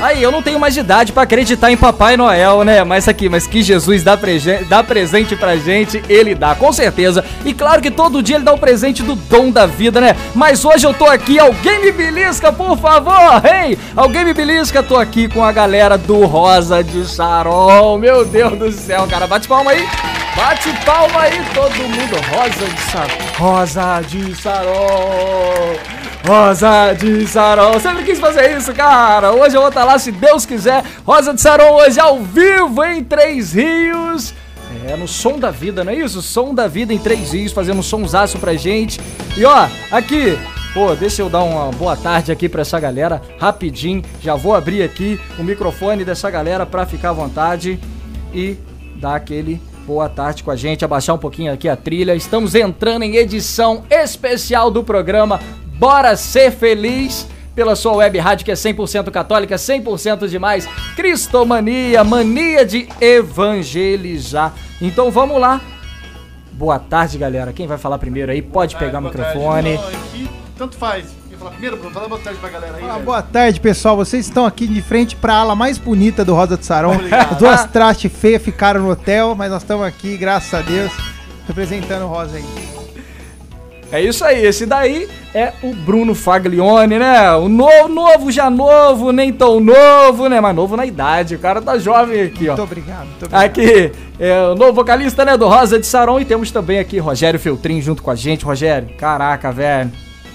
Aí, eu não tenho mais idade pra acreditar em Papai Noel, né? Mas que Jesus dá presente pra gente, ele dá, com certeza. E claro que todo dia ele dá o presente do dom da vida, né? Mas hoje eu tô aqui, alguém me belisca, por favor, hein? Alguém me belisca, tô aqui com a galera do Rosa de Saron. Meu Deus do céu, cara, bate palma aí. Bate palma aí, todo mundo. Rosa de Saron. Rosa de Saron. Rosa de Saron. Sempre quis fazer isso, cara. Hoje eu vou estar lá, se Deus quiser. Rosa de Saron hoje ao vivo em Três Rios. É, no Som da Vida, não é isso? Som da Vida em Três Rios, fazendo um sonsaço pra gente. E ó, aqui... Pô, deixa eu dar uma boa tarde aqui pra essa galera, rapidinho. Já vou abrir aqui o microfone dessa galera pra ficar à vontade e dar aquele boa tarde com a gente, abaixar um pouquinho aqui a trilha. Estamos entrando em edição especial do programa Bora Ser Feliz, pela sua web rádio que é 100% católica, 100% demais, Cristomania, mania de evangelizar. Então vamos lá. Boa tarde, galera. Quem vai falar primeiro aí? Pode pegar o microfone. Tanto faz. Quem falar primeiro, Bruno? Fala boa tarde pra galera aí. Boa tarde, pessoal. Vocês estão aqui de frente pra ala mais bonita do Rosa de Saron. As duas trastes feias ficaram no hotel, mas nós estamos aqui, graças a Deus, representando o Rosa aí. É isso aí, esse daí é o Bruno Faglione, né? O novo, já novo, nem tão novo, né? Mas novo na idade, o cara tá jovem aqui, ó. Muito obrigado, muito obrigado. Aqui é o novo vocalista, né, do Rosa de Saron. E temos também aqui Rogério Feltrin junto com a gente. Rogério, caraca, velho.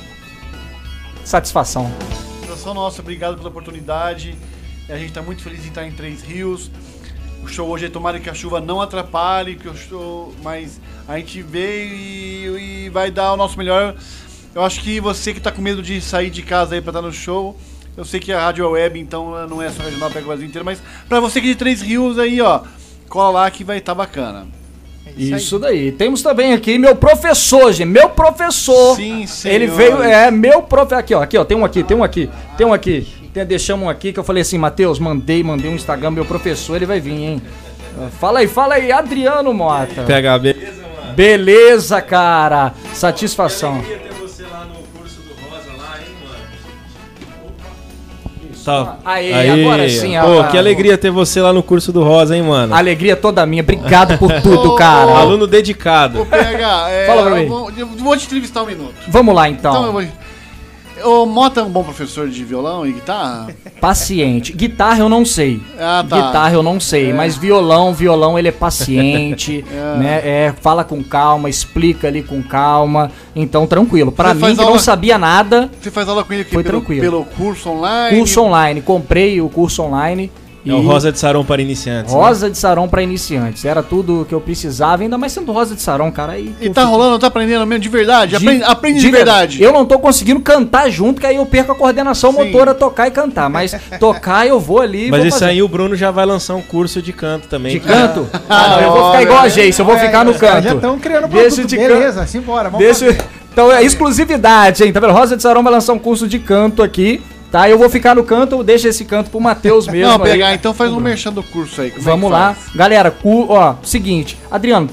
Satisfação. Satisfação nossa, obrigado pela oportunidade. A gente tá muito feliz em estar em Três Rios. O show hoje é tomara que a chuva não atrapalhe, que o show, mas a gente veio e vai dar o nosso melhor. Eu acho que você que tá com medo de sair de casa aí pra estar no show, eu sei que a rádio é web, então não é só regional, pega o Brasil inteiro, mas pra você que é de Três Rios aí, ó, cola lá que vai estar bacana. Isso daí. Temos também aqui meu professor, gente. Meu professor. Sim, senhor. Ele veio, meu professor. Aqui, ó. Tem um aqui. Deixamos um aqui que eu falei assim, Matheus, mandei um Instagram, meu professor, ele vai vir, hein? Fala aí, Adriano Mota. PH, beleza, mano? Beleza, cara. Satisfação. Que alegria ter você lá no curso do Rosa lá, hein, mano? Tá. Aí, agora sim. Pô, que alegria ter você lá no curso do Rosa, hein, mano? Alegria toda minha. Obrigado por tudo, cara. Aluno dedicado. Ô, PH, fala pra mim. Eu vou te entrevistar um minuto. Vamos lá, então. O Mota é um bom professor de violão e guitarra? Paciente. Guitarra eu não sei. Ah, tá. Guitarra eu não sei, mas violão ele é paciente, né? Fala com calma, explica ali com calma. Então, tranquilo. Pra mim, que não sabia nada... Você faz aula com ele foi tranquilo. Pelo curso online? Curso online. Comprei o curso online. É o Rosa de Saron para iniciantes. Rosa de Saron para iniciantes. Era tudo que eu precisava, ainda mais sendo Rosa de Saron, cara. Aí, e tá rolando, tá aprendendo mesmo de verdade? Aprende de verdade. Eu não tô conseguindo cantar junto, que aí eu perco a coordenação motora, tocar e cantar. Mas tocar eu vou ali. Mas isso aí o Bruno já vai lançar um curso de canto também. De canto? Não, eu vou ficar igual a Geice, eu vou ficar no canto. Já estão criando produto, beleza, simbora, vamos fazer. Então é exclusividade, hein? Tá vendo? Rosa de Saron vai lançar um curso de canto aqui. Tá, eu vou ficar no canto, deixa esse canto pro Matheus mesmo. Não, pegar, então faz um merchan do curso aí. Vamos lá. Galera, seguinte, Adriano.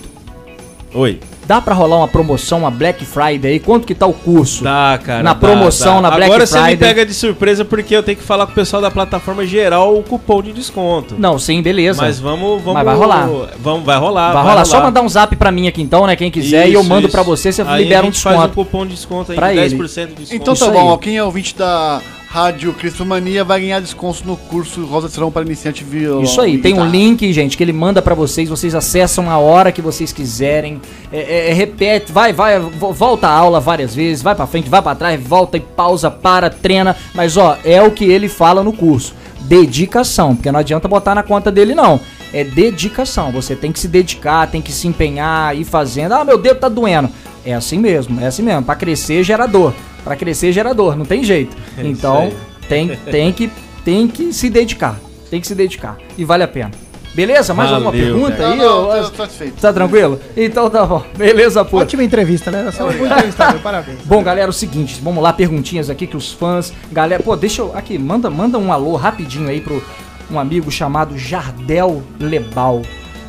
Oi. Dá pra rolar uma promoção, uma Black Friday aí? Quanto que tá o curso? Dá, cara. Na promoção, na Black Friday. Agora você me pega de surpresa porque eu tenho que falar com o pessoal da plataforma geral o cupom de desconto. Não, sim, beleza. Mas vamos... Mas vai rolar. Vai rolar. Só mandar um zap pra mim aqui então, né? Quem quiser, e eu mando pra você libera um desconto. Faz um cupom de desconto aí pra de 10% ele. de desconto. Então tá bom, ó, quem é ouvinte da Rádio Cristomania vai ganhar desconto no curso Rosa de Saron para iniciante violão. Isso aí, tem um link, gente, que ele manda pra vocês acessam a hora que vocês quiserem, repete, volta a aula várias vezes, vai pra frente, vai pra trás, volta e pausa, treina, mas ó, é o que ele fala no curso, dedicação, porque não adianta botar na conta dele não, é dedicação, você tem que se dedicar, tem que se empenhar, ir fazendo, meu dedo tá doendo, é assim mesmo, pra crescer gera dor. Pra crescer gerador, não tem jeito. Então, tem que se dedicar. Tem que se dedicar. E vale a pena. Beleza? Mais alguma pergunta aí? Tô satisfeito. Tá tranquilo? Então tá bom. Beleza, pô. Ótima entrevista, né? Só uma entrevista, parabéns. Bom, galera, é o seguinte, vamos lá, perguntinhas aqui que os fãs... Galera, pô, deixa eu... Aqui, manda um alô rapidinho aí pro um amigo chamado Jardel Lebal.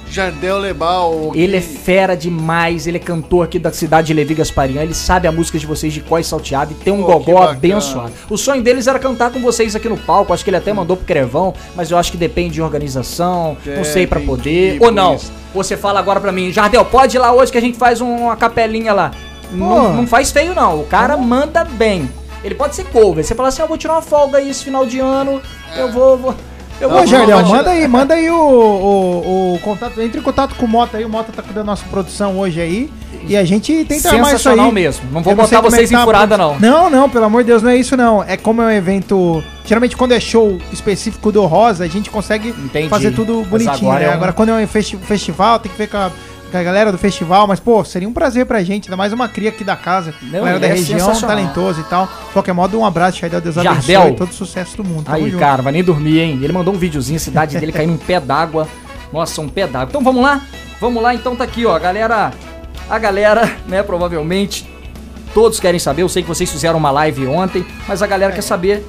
Jardel Lebal. Ele é fera demais, ele é cantor aqui da cidade de Levi Gasparian, ele sabe a música de vocês de có e salteado e tem um gogó abençoado. O sonho deles era cantar com vocês aqui no palco, acho que ele até mandou pro Crevão, mas eu acho que depende de organização, não sei pra poder. Ou não, você fala agora pra mim, Jardel, pode ir lá hoje que a gente faz uma capelinha lá. Não faz feio não, o cara manda bem. Ele pode ser cover, você fala assim, eu vou tirar uma folga aí esse final de ano, eu vou... Ô, Jardel, manda aí o contato, entre em contato com o Mota aí, o Mota tá cuidando da nossa produção hoje aí, e a gente tenta armar isso aí. Sensacional mesmo, não vou botar vocês em furada não. Não, pelo amor de Deus, não é isso não, é como é um evento, geralmente quando é show específico do Rosa, a gente consegue fazer tudo bonitinho, né? Agora quando é um festival, tem que ver com a galera do festival, mas pô, seria um prazer pra gente, ainda mais uma cria aqui da casa, galera da região, talentoso e tal. De qualquer modo, um abraço, Jardel, Deus abençoe, todo sucesso do mundo. Aí, cara, vai nem dormir, hein? Ele mandou um videozinho, a cidade dele caindo um pé d'água. Nossa, um pé d'água. Então vamos lá? Vamos lá, então tá aqui, ó, a galera, né, provavelmente, todos querem saber, eu sei que vocês fizeram uma live ontem, mas a galera quer saber,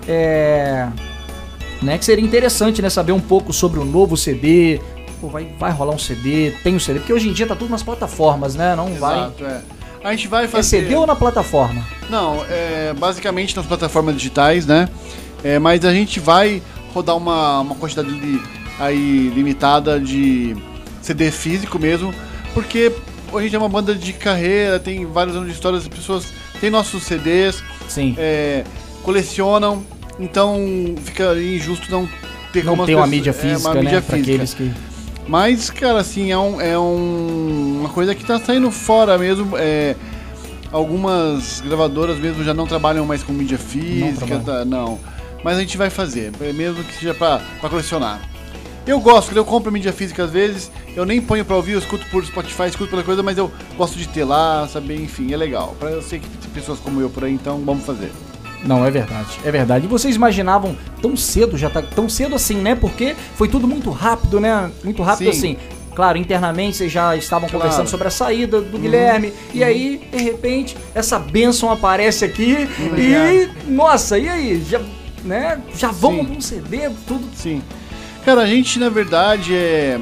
né, que seria interessante, né, saber um pouco sobre o novo CD. Pô, vai rolar um CD, tem um CD, porque hoje em dia tá tudo nas plataformas, né? Não Exato, vai. A gente vai fazer. É CD ou na plataforma? Não, basicamente nas plataformas digitais, né? Mas a gente vai rodar uma quantidade aí limitada de CD físico mesmo, porque a gente é uma banda de carreira, tem vários anos de história, as pessoas têm nossos CDs, sim, colecionam, então fica injusto não ter uma mídia física, né? Pra aqueles que... Mas, cara, assim, uma coisa que tá saindo fora mesmo. Algumas gravadoras mesmo já não trabalham mais com mídia física, não. Mas a gente vai fazer, mesmo que seja pra colecionar. Eu gosto, eu compro mídia física às vezes, eu nem ponho pra ouvir, eu escuto por Spotify, escuto pela coisa, mas eu gosto de ter lá, saber, enfim, é legal. Eu sei que tem pessoas como eu por aí, então vamos fazer. Não, é verdade, é verdade. E vocês imaginavam tão cedo, já tá tão cedo assim, né? Porque foi tudo muito rápido, né? Muito rápido. Sim. Assim. Claro, internamente vocês já estavam conversando sobre a saída do Guilherme. E aí, de repente, essa bênção aparece aqui. E, nossa, e aí? Já vamos pra um CD, tudo. Sim. Cara, a gente, na verdade,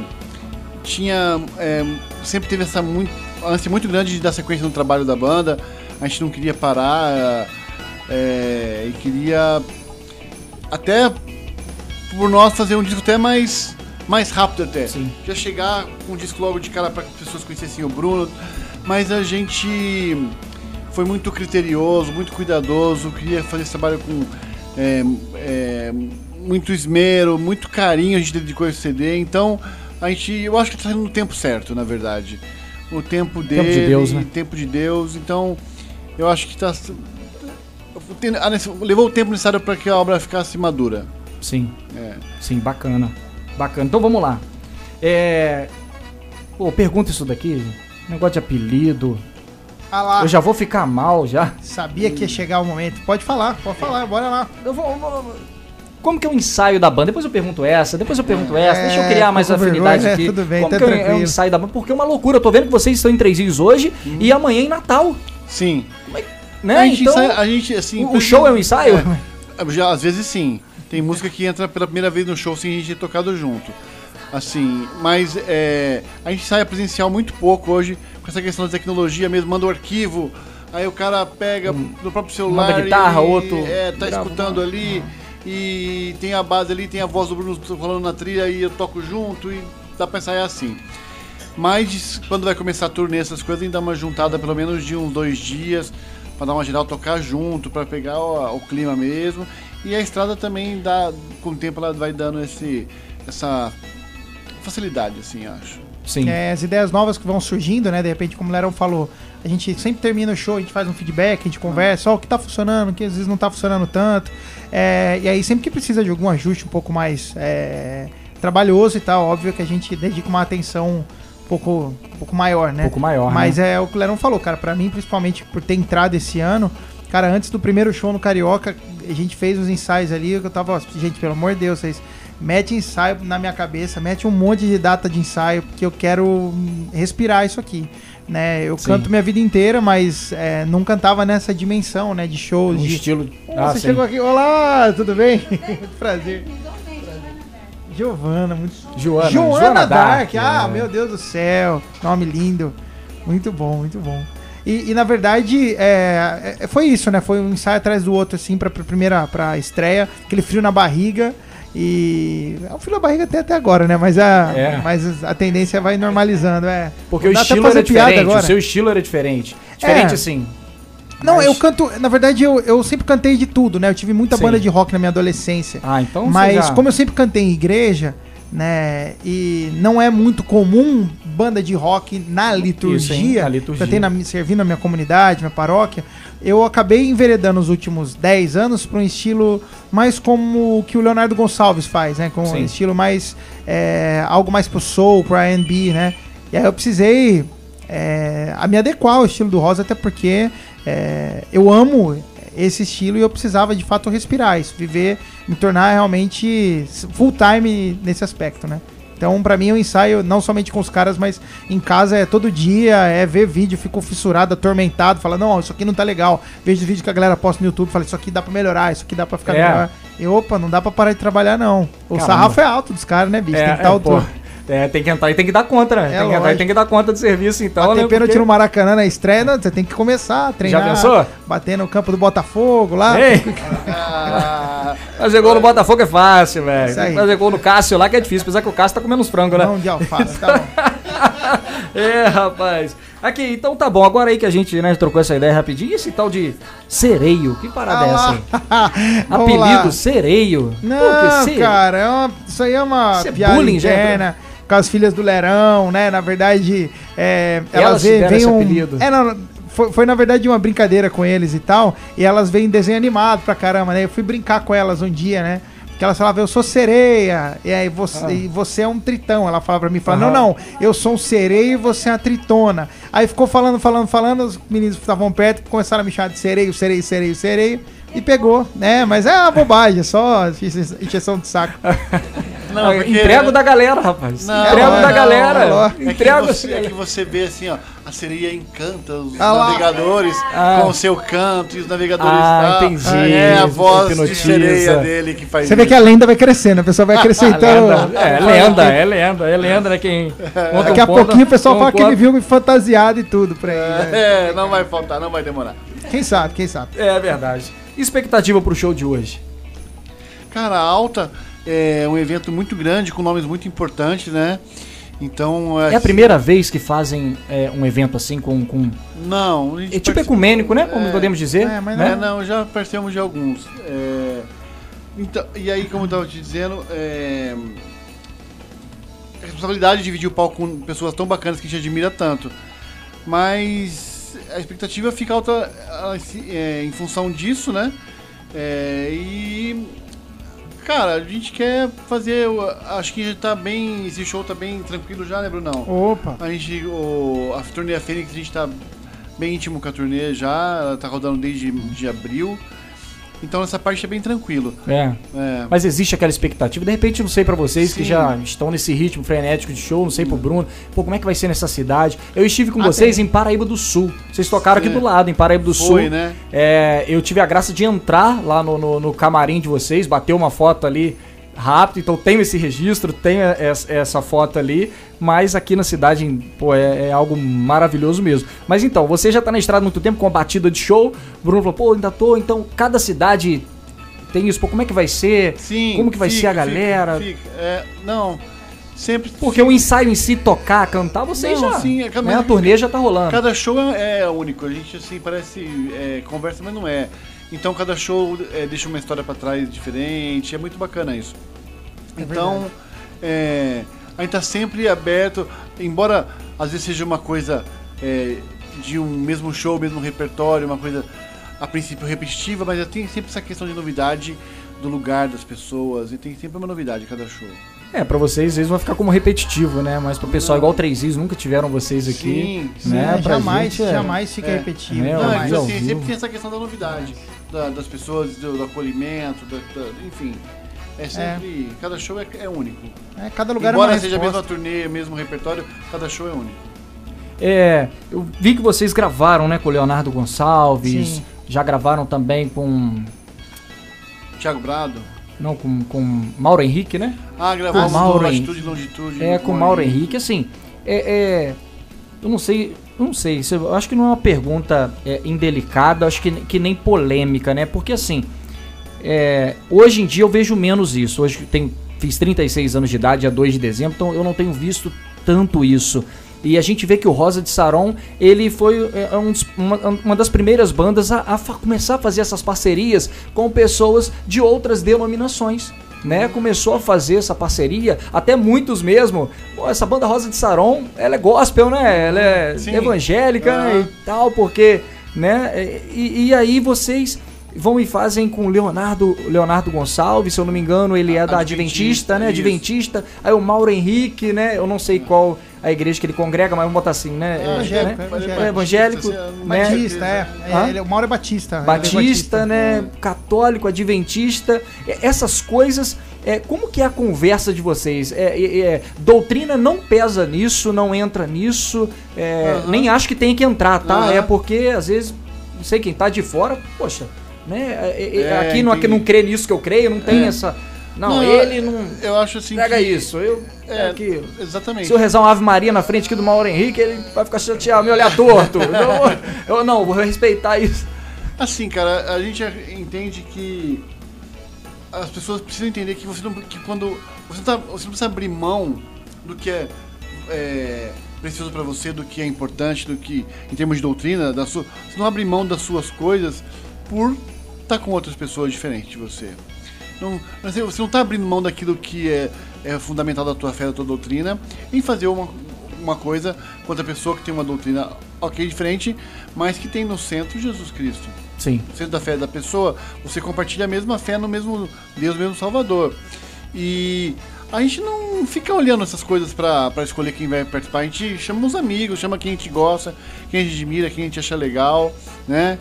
sempre teve essa ânsia muito grande de dar sequência no trabalho da banda. A gente não queria parar... e queria até por nós fazer um disco até mais rápido até. Sim. Já chegar com um disco logo de cara para que as pessoas conhecessem o Bruno, mas a gente foi muito criterioso, muito cuidadoso, queria fazer esse trabalho com muito esmero, muito carinho, a gente dedicou esse CD, então eu acho que está saindo no tempo certo, na verdade. O tempo dele, tempo de Deus, né? Tempo de Deus, então eu acho que está... Levou o tempo necessário para que a obra ficasse madura. Sim. Sim, bacana. Então vamos lá. Pergunta isso daqui. Negócio de apelido. Ah lá. Eu já vou ficar mal já. Sabia que ia chegar o momento. Pode falar, bora lá. Como que é o ensaio da banda? Depois eu pergunto essa. Deixa eu criar mais afinidade aqui. Tudo bem, como que é o ensaio da banda? Porque é uma loucura. Eu tô vendo que vocês estão em 3 Rios hoje e amanhã em Natal. Sim. Né? A gente, assim, o show é um ensaio? Já, às vezes sim. Tem música que entra pela primeira vez no show sem a gente ter tocado junto. Assim, mas a gente sai presencial muito pouco hoje, com essa questão da tecnologia mesmo, manda o arquivo, aí o cara pega no próprio celular, manda guitarra, outro tá escutando ali, e tem a base ali, tem a voz do Bruno falando na trilha, e eu toco junto, e dá pra ensaiar assim. Mas quando vai começar a turnê, essas coisas, a gente dá uma juntada pelo menos de uns 2 dias, pra dar uma geral, tocar junto, pra pegar o clima mesmo. E a estrada também com o tempo ela vai dando essa facilidade, assim, acho. Sim. As ideias novas que vão surgindo, né? De repente, como o Lerão falou, a gente sempre termina o show, a gente faz um feedback, a gente conversa, o que tá funcionando, o que às vezes não tá funcionando tanto. E aí, sempre que precisa de algum ajuste um pouco mais trabalhoso e tal, óbvio que a gente dedica uma atenção um pouco maior, né? Um pouco maior, mas é o que o Lerão falou, cara, pra mim, principalmente por ter entrado esse ano, cara, antes do primeiro show no Carioca, a gente fez os ensaios ali, eu tava, gente, pelo amor de Deus, vocês mete ensaio na minha cabeça, mete um monte de data de ensaio, porque eu quero respirar isso aqui, né? Eu canto minha vida inteira, mas não cantava nessa dimensão, né, de shows, estilo... Você chegou aqui, olá, tudo bem? Prazer. Giovana, muito... Joana Dark. Dark. Meu Deus do céu. Nome lindo. Muito bom, muito bom. E na verdade, foi isso, né? Foi um ensaio atrás do outro, assim, pra estreia. Aquele frio na barriga. E é um frio na barriga até agora, né? Mas a tendência vai normalizando, Porque o estilo era diferente, o seu estilo era diferente. Diferente assim. Não, mas... eu canto... Na verdade, eu sempre cantei de tudo, né? Eu tive muita banda de rock na minha adolescência. Então mas como eu sempre cantei em igreja, né? E não é muito comum banda de rock na liturgia. Cantei servindo na minha comunidade, minha paróquia. Eu acabei enveredando os últimos 10 anos para um estilo mais como o que o Leonardo Gonçalves faz, né? Com um estilo mais... algo mais pro soul, pro R&B, né? E aí eu precisei me adequar ao estilo do Rosa, até porque eu amo esse estilo e eu precisava de fato respirar isso, me tornar realmente full time nesse aspecto, né? Então pra mim eu ensaio não somente com os caras, mas em casa todo dia, ver vídeo, fico fissurado, atormentado, falo, não, isso aqui não tá legal, vejo vídeo que a galera posta no YouTube, falo, isso aqui dá pra melhorar, isso aqui dá pra ficar melhor. E opa, não dá pra parar de trabalhar não. O sarrafo é alto dos caras, né, bicho? Tem que estar alto. Tem que entrar e tem que dar conta, né? Tem que entrar e tem que dar conta do serviço, então. Bater pênalti no Maracanã na estreia, não, você tem que começar a treinar. Já pensou? Bater no campo do Botafogo lá. Fazer gol no Botafogo é fácil, velho. Fazer gol no Cássio lá que é difícil, apesar que o Cássio tá comendo uns frangos, né? Não de alface, tá bom. Rapaz. Aqui, então tá bom. Agora aí que a gente, né, trocou essa ideia rapidinho. E esse tal de sereio? Que parada é essa aí? Apelido sereio? Não, cara, isso aí é uma piada bullying, interna. Com as filhas do Lerão, né? Na verdade, elas veem apelido. Foi na verdade uma brincadeira com eles e tal. E elas veem desenho animado pra caramba, né? Eu fui brincar com elas um dia, né? Que elas falavam, eu sou sereia, e aí você é um tritão. Ela falava pra mim, não, eu sou um sereio e você é uma tritona. Aí ficou falando, os meninos que estavam perto começaram a me chamar de sereio, e pegou, né? Mas é uma bobagem, é só injeção de saco. Não, porque... Emprego da galera, rapaz. Emprego da galera. É que você vê assim, ó, a sereia encanta os navegadores com o seu canto e os navegadores entendi. É a voz de sereia dele que faz isso. Você vê que a lenda vai crescendo, a pessoa vai acrescentando. É lenda, né? Quem daqui a pouquinho o pessoal fala que ele viu me fantasiado e tudo pra ele. Não vai faltar, não vai demorar. Quem sabe. É verdade. Expectativa pro show de hoje? Cara, alta. É um evento muito grande, com nomes muito importantes, né? Então... É a primeira vez que fazem um evento assim com... Não. É tipo ecumênico, né? Como podemos dizer. Mas né? Não, já participamos de alguns. Então, e aí, como eu estava te dizendo, a responsabilidade de dividir o palco com pessoas tão bacanas que a gente admira tanto. Mas a expectativa fica alta em função disso, né? Cara, a gente quer fazer. Acho que já tá bem. Esse show tá bem tranquilo já, né, Brunão? Opa! A turnê Fênix, a gente tá bem íntimo com a turnê já. Ela tá rodando desde abril. Então essa parte é bem tranquilo. Mas existe aquela expectativa. De repente, não sei pra vocês que já estão nesse ritmo frenético de show, não sei pro Bruno. Pô, como é que vai ser nessa cidade? Eu estive com vocês em Paraíba do Sul. Vocês tocaram aqui do lado, em Paraíba do Sul. Né? Eu tive a graça de entrar lá no camarim de vocês, bater uma foto ali rápido. Então tenho esse registro, tenho essa foto ali. Mas aqui na cidade, pô, é algo maravilhoso mesmo. Mas então, você já tá na estrada há muito tempo com a batida de show. O Bruno falou, pô, ainda tô. Então, cada cidade tem isso. Pô, como é que vai ser? Sim, como que vai ser a galera? Não, sempre... Porque o ensaio em si, tocar, cantar, vocês já... Sim, a turnê já tá rolando. Cada show é único. A gente, assim, parece conversa, mas não é. Então, cada show deixa uma história pra trás diferente. É muito bacana isso. Então, a gente tá sempre aberto, embora às vezes seja uma coisa de um mesmo show, mesmo repertório, uma coisa a princípio repetitiva, mas tem sempre essa questão de novidade do lugar das pessoas, e tem sempre uma novidade em cada show. Pra vocês, às vezes vai ficar como repetitivo, né? Mas pro pessoal igual 3 Is, nunca tiveram vocês aqui. Sim, né? Jamais fica repetitivo. Não, assim, sempre tem essa questão da novidade, das pessoas, do acolhimento, enfim. Sempre. Cada show é único. Cada lugar embora é uma seja a mesma turnê, mesmo repertório, cada show é único. Eu vi que vocês gravaram, né, com o Leonardo Gonçalves. Sim. Já gravaram também com... Thiago Brado. Não, com Mauro Henrique, né? Gravou com Mauro Latitude e Longitude. Com Mauro Henrique, assim, eu não sei, eu acho que não é uma pergunta indelicada, acho que nem polêmica, né? Porque assim, hoje em dia eu vejo menos isso. Hoje fiz 36 anos de idade, dia 2 de dezembro, então eu não tenho visto tanto isso. E a gente vê que o Rosa de Saron, ele foi uma das primeiras bandas a começar a fazer essas parcerias com pessoas de outras denominações, né? Começou a fazer essa parceria, até muitos mesmo. Pô, essa banda Rosa de Saron, ela é gospel, né? Ela é evangélica, né? E tal, porque, né? E aí vocês vão e fazem com o Leonardo Gonçalves, se eu não me engano, ele é da Adventista, né? Isso. Adventista. Aí o Mauro Henrique, né? Eu não sei qual a igreja que ele congrega, mas vamos botar assim, né? Evangélico, né? Batista, o Mauro é Batista. Batista, né? Católico, Adventista. Essas coisas, como que é a conversa de vocês? Doutrina não pesa nisso, não entra nisso, nem acho que tem que entrar, tá? É porque, às vezes, não sei, quem tá de fora, poxa, né? Aqui não crê nisso que eu creio, não tem essa... Não, ele não... Eu acho assim pega isso, aquilo. Exatamente. Se eu rezar uma Ave Maria na frente aqui do Mauro Henrique, ele vai ficar chateado, me olhar torto. Eu não, vou respeitar isso. Assim, cara, a gente entende que as pessoas precisam entender que quando você não precisa abrir mão do que é precioso pra você, do que é importante, do que, em termos de doutrina, você não abre mão das suas coisas por estar com outras pessoas diferentes de você. Você não está abrindo mão daquilo que é fundamental da tua fé, da tua doutrina, em fazer uma coisa com outra pessoa que tem uma doutrina diferente, mas que tem no centro Jesus Cristo. Sim. No centro da fé da pessoa, você compartilha a mesma fé no mesmo Deus, no mesmo Salvador. E a gente não fica olhando essas coisas para escolher quem vai participar. A gente chama os amigos, chama quem a gente gosta, quem a gente admira, quem a gente acha legal, né?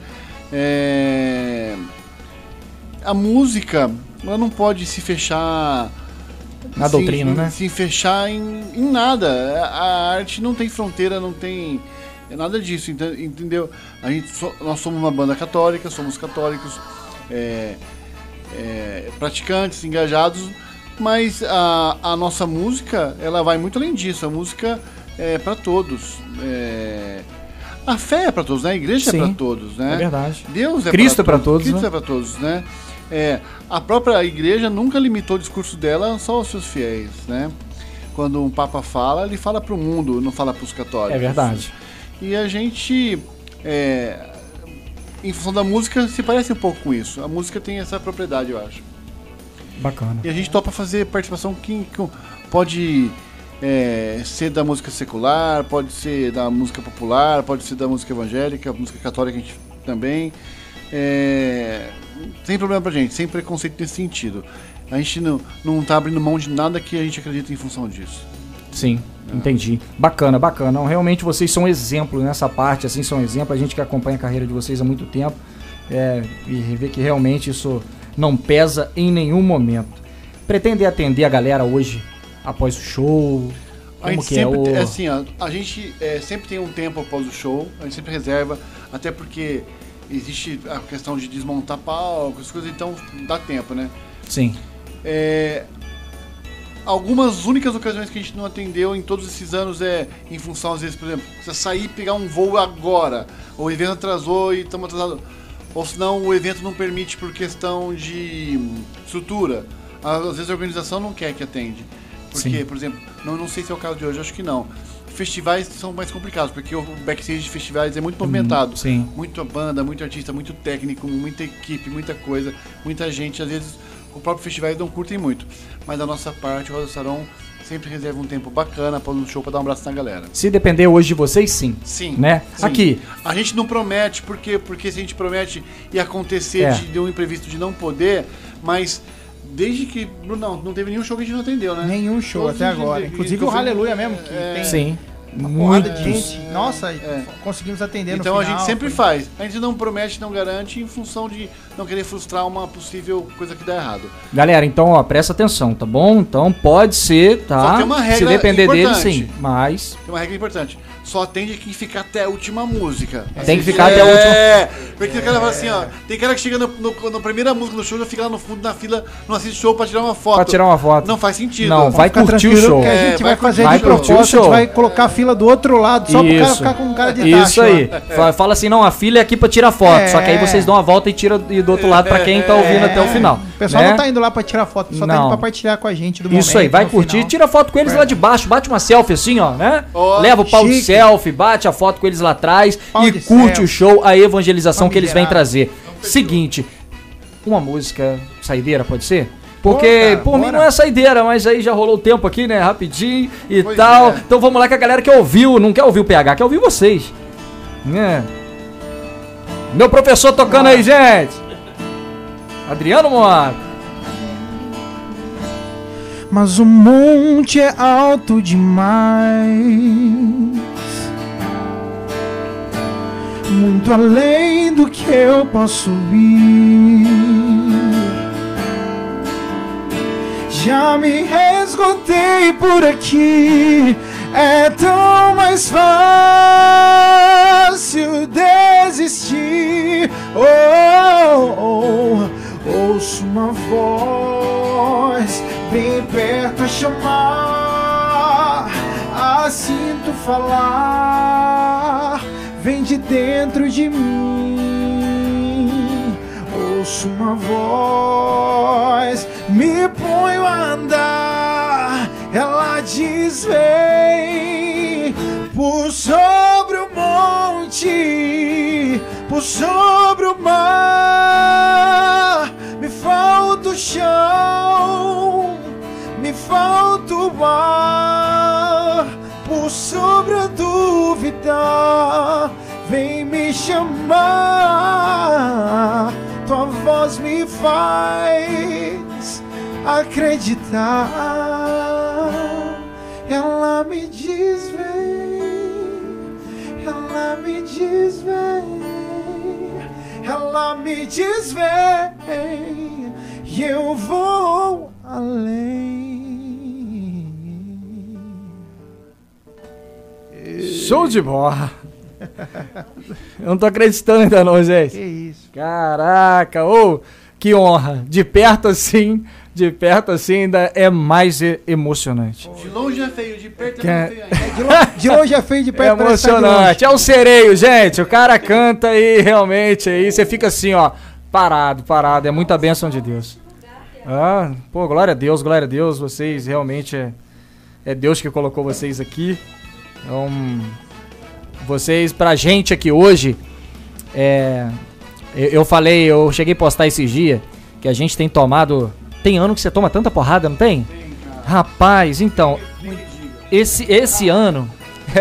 A música, ela não pode se fechar na doutrina, né? Se fechar em nada. A arte não tem fronteira, não tem nada disso, entendeu? Nós somos uma banda católica, somos católicos, praticantes, engajados, mas a nossa música, ela vai muito além disso. A música é para todos. A fé é para todos, né? A igreja é para todos, né? É verdade. Deus é Cristo para todos. Todos, Cristo né? é para todos, né? A própria igreja nunca limitou o discurso dela só aos seus fiéis, né? Quando um papa fala, ele fala para o mundo, não fala para os católicos. É verdade. E a gente, em função da música, se parece um pouco com isso. A música tem essa propriedade, eu acho. Bacana. E a gente topa fazer participação que pode ser da música secular, pode ser da música popular, pode ser da música evangélica, música católica a gente também. Sem problema pra gente, sem preconceito nesse sentido. A gente não tá abrindo mão de nada que a gente acredita em função disso. Sim, entendi. Bacana. Não, realmente vocês são exemplo nessa parte, assim, são exemplo. A gente que acompanha a carreira de vocês há muito tempo e vê que realmente isso não pesa em nenhum momento. Pretende atender a galera hoje, após o show? A gente sempre, assim, a gente sempre tem um tempo após o show, a gente sempre reserva, até porque existe a questão de desmontar palco, as coisas, então dá tempo, né? Sim. Algumas únicas ocasiões que a gente não atendeu em todos esses anos em função, às vezes, por exemplo, você sair e pegar um voo agora, ou o evento atrasou e estamos atrasados, ou senão o evento não permite por questão de estrutura. Às vezes a organização não quer que atende. Porque, por exemplo, não sei se é o caso de hoje, acho que não. Festivais são mais complicados, porque o backstage de festivais é muito movimentado. Sim. Muita banda, muito artista, muito técnico, muita equipe, muita coisa, muita gente. Às vezes, o próprio festivais não curtem muito. Mas da nossa parte, o Rosa Saron sempre reserva um tempo bacana para o show, para dar um abraço na galera. Se depender hoje de vocês, sim. Sim. Né? Sim. Aqui. A gente não promete, porque se a gente promete e acontecer de um imprevisto de não poder, mas... Desde que, não teve nenhum show que a gente não atendeu, né? Nenhum show Todos até agora. Inclusive o Aleluia mesmo, que tem Sim. uma porrada de gente. Nossa, conseguimos atender no final. Então a gente sempre faz. A gente não promete, não garante, em função de não querer frustrar uma possível coisa que dá errado. Galera, então, presta atenção, tá bom? Então pode ser, tá? Só tem uma regra se depender importante. dele, sim. Mas... Tem uma regra importante. só atende quem fica até a última música. Tem que ficar até a última. Porque o cara fala assim, ó, tem cara que chega na primeira música do show, já fica lá no fundo da fila, não assiste o show pra tirar uma foto. Pra tirar uma foto. Não faz sentido. Não, vai Fica curtir o tranquilo show. que a gente vai fazer vai de curtir o propósito, a show. gente vai colocar a fila do outro lado, só pro cara Isso. ficar com um cara de tacho. Isso aí. Fala assim, não, a fila é aqui pra tirar foto. É. Só que aí vocês dão a volta e tiram do outro lado pra quem tá ouvindo até o final. O pessoal né? não tá indo lá pra tirar foto, só tá Não. indo pra partilhar com a gente do momento. Isso aí, vai no curtir, final. tira foto com eles lá de baixo, bate uma selfie assim, ó, né? Ó, Leva o pau de chique. selfie, bate a foto com eles lá atrás Pau e de curte selfie. o show, a evangelização que eles vêm Famigerado. trazer. Seguinte, uma música saideira, pode ser? Porque, Pô, cara, por mim bora. não é saideira, mas aí já rolou o tempo aqui, né? Rapidinho e Pois tal. é. Então vamos lá que a galera que ouviu, não quer ouvir o PH, quer ouvir vocês. Né? Meu professor tocando aí, gente. Adriano Moato. Mas o monte é alto demais, muito além do que eu posso ir. Já me esgotei por aqui, é tão mais fácil desistir. Ouço uma voz bem perto a chamar, sinto falar, vem de dentro de mim. Ouço uma voz, me ponho a andar, ela diz vem, por sobre o monte, por sobre o mar, me falta o chão, me falta o ar, por sobre a dúvida, vem me chamar, tua voz me faz acreditar, ela me diz vem, ela me diz vem, ela me diz vem, e eu vou além. Show de bola. Eu não tô acreditando ainda não, gente. Que isso. Caraca, que honra. De perto assim ainda é mais emocionante. De longe é feio, de perto Que é é- mais feio ainda. De longe é feio, de É perto parece que tá de longe. emocionante. É o sereio, gente. O cara canta e realmente aí você fica assim, ó, parado. É muita bênção de Deus. Ah, pô, glória a Deus. Vocês realmente é Deus que colocou vocês aqui. Então, vocês, pra gente aqui hoje, eu cheguei a postar esses dias que a gente tem tomado. Tem ano que você toma tanta porrada, não tem? Tem, cara. Rapaz, então, esse ano.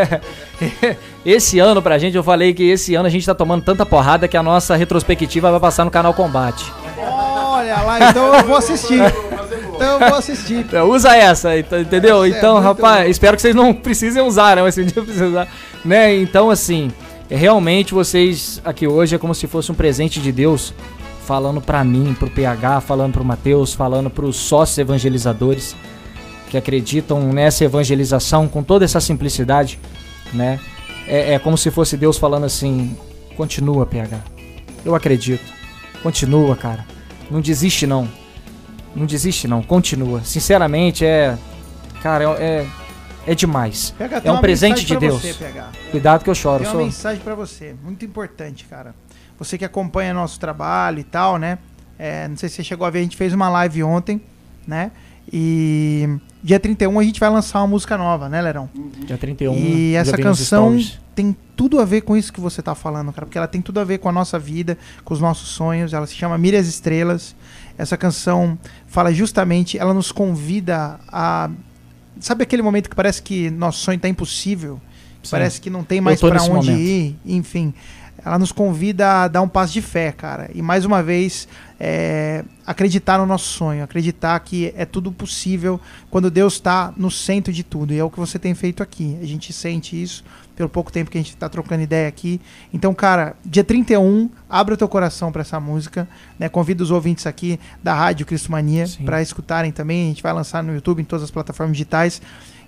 Esse ano pra gente, eu falei que esse ano a gente tá tomando tanta porrada que a nossa retrospectiva vai passar no canal Combate. Olha lá, então eu vou assistir. Então, usa essa, entendeu? Essa é Então, muito rapaz, boa. espero que vocês não precisem usar, né? Mas se um dia precisar, né? Então, assim, realmente vocês aqui hoje é como se fosse um presente de Deus, falando pra mim, pro PH, falando pro Matheus, falando pros sócios evangelizadores que acreditam nessa evangelização com toda essa simplicidade, né? É como se fosse Deus falando assim: continua, PH, eu acredito, continua, cara, não desiste não, continua. Sinceramente, cara, é demais. PH, É tem um uma presente mensagem de pra Deus. Você, PH. Cuidado que eu choro. Tem uma mensagem pra você, muito importante, cara. Você que acompanha nosso trabalho e tal, né? Não sei se você chegou a ver, a gente fez uma live ontem, né? E dia 31 a gente vai lançar uma música nova, né, Lerão? Dia 31. E já essa vi nos canção stories. tem tudo a ver com isso que você tá falando, cara, porque ela tem tudo a ver com a nossa vida, com os nossos sonhos. Ela se chama Mire as Estrelas. Essa canção fala justamente, ela nos convida a... Sabe aquele momento que parece que nosso sonho tá impossível? Sim. Parece que não tem mais tô pra nesse onde momento. ir, enfim. Ela nos convida a dar um passo de fé, cara. E mais uma vez, acreditar no nosso sonho. Acreditar que é tudo possível quando Deus está no centro de tudo. E é o que você tem feito aqui. A gente sente isso pelo pouco tempo que a gente está trocando ideia aqui. Então, cara, dia 31, abra o teu coração para essa música. Né? Convido os ouvintes aqui da Rádio Cristo Mania Sim. para escutarem também. A gente vai lançar no YouTube, em todas as plataformas digitais.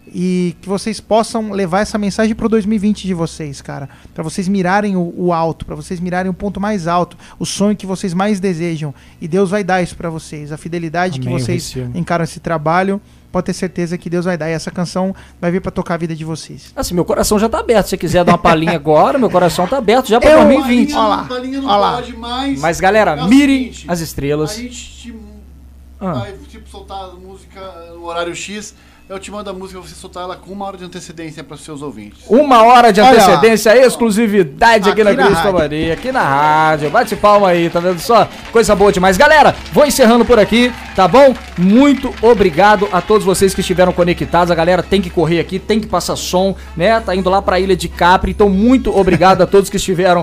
e que vocês possam levar essa mensagem pro 2020 de vocês, cara. Pra vocês mirarem o alto, pra vocês mirarem o ponto mais alto, o sonho que vocês mais desejam. E Deus vai dar isso pra vocês. A fidelidade que vocês encaram esse trabalho, pode ter certeza que Deus vai dar. E essa canção vai vir pra tocar a vida de vocês. Assim, meu coração já tá aberto. Se você quiser dar uma palhinha agora, meu coração tá aberto já pra 2020. Palhinha não pode mais. Mas, galera, mirem as estrelas. A gente vai, tipo, soltar a música no horário X. Eu te mando a música, você soltar ela com 1 hora de antecedência para os seus ouvintes. 1 hora de antecedência, exclusividade aqui na Cristo Maria, aqui na rádio. Bate palma aí, tá vendo só? Coisa boa demais. Galera, vou encerrando por aqui, tá bom? Muito obrigado a todos vocês que estiveram conectados. A galera tem que correr aqui, tem que passar som, né? Tá indo lá pra Ilha de Capri. Então, muito obrigado a todos que estiveram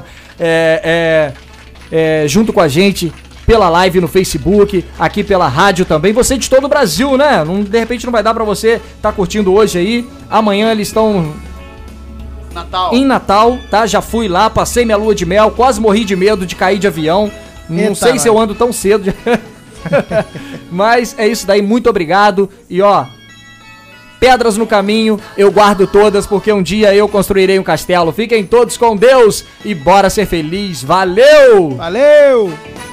junto com a gente pela live no Facebook, aqui pela rádio também. Você de todo o Brasil, né? De repente não vai dar pra você tá curtindo hoje aí. Amanhã eles estão em Natal, tá? Já fui lá, passei minha lua de mel, quase morri de medo de cair de avião. Não sei se eu ando tão cedo. Mas é isso daí, muito obrigado. E ó, pedras no caminho, eu guardo todas, porque um dia eu construirei um castelo. Fiquem todos com Deus e bora ser feliz. Valeu! Valeu!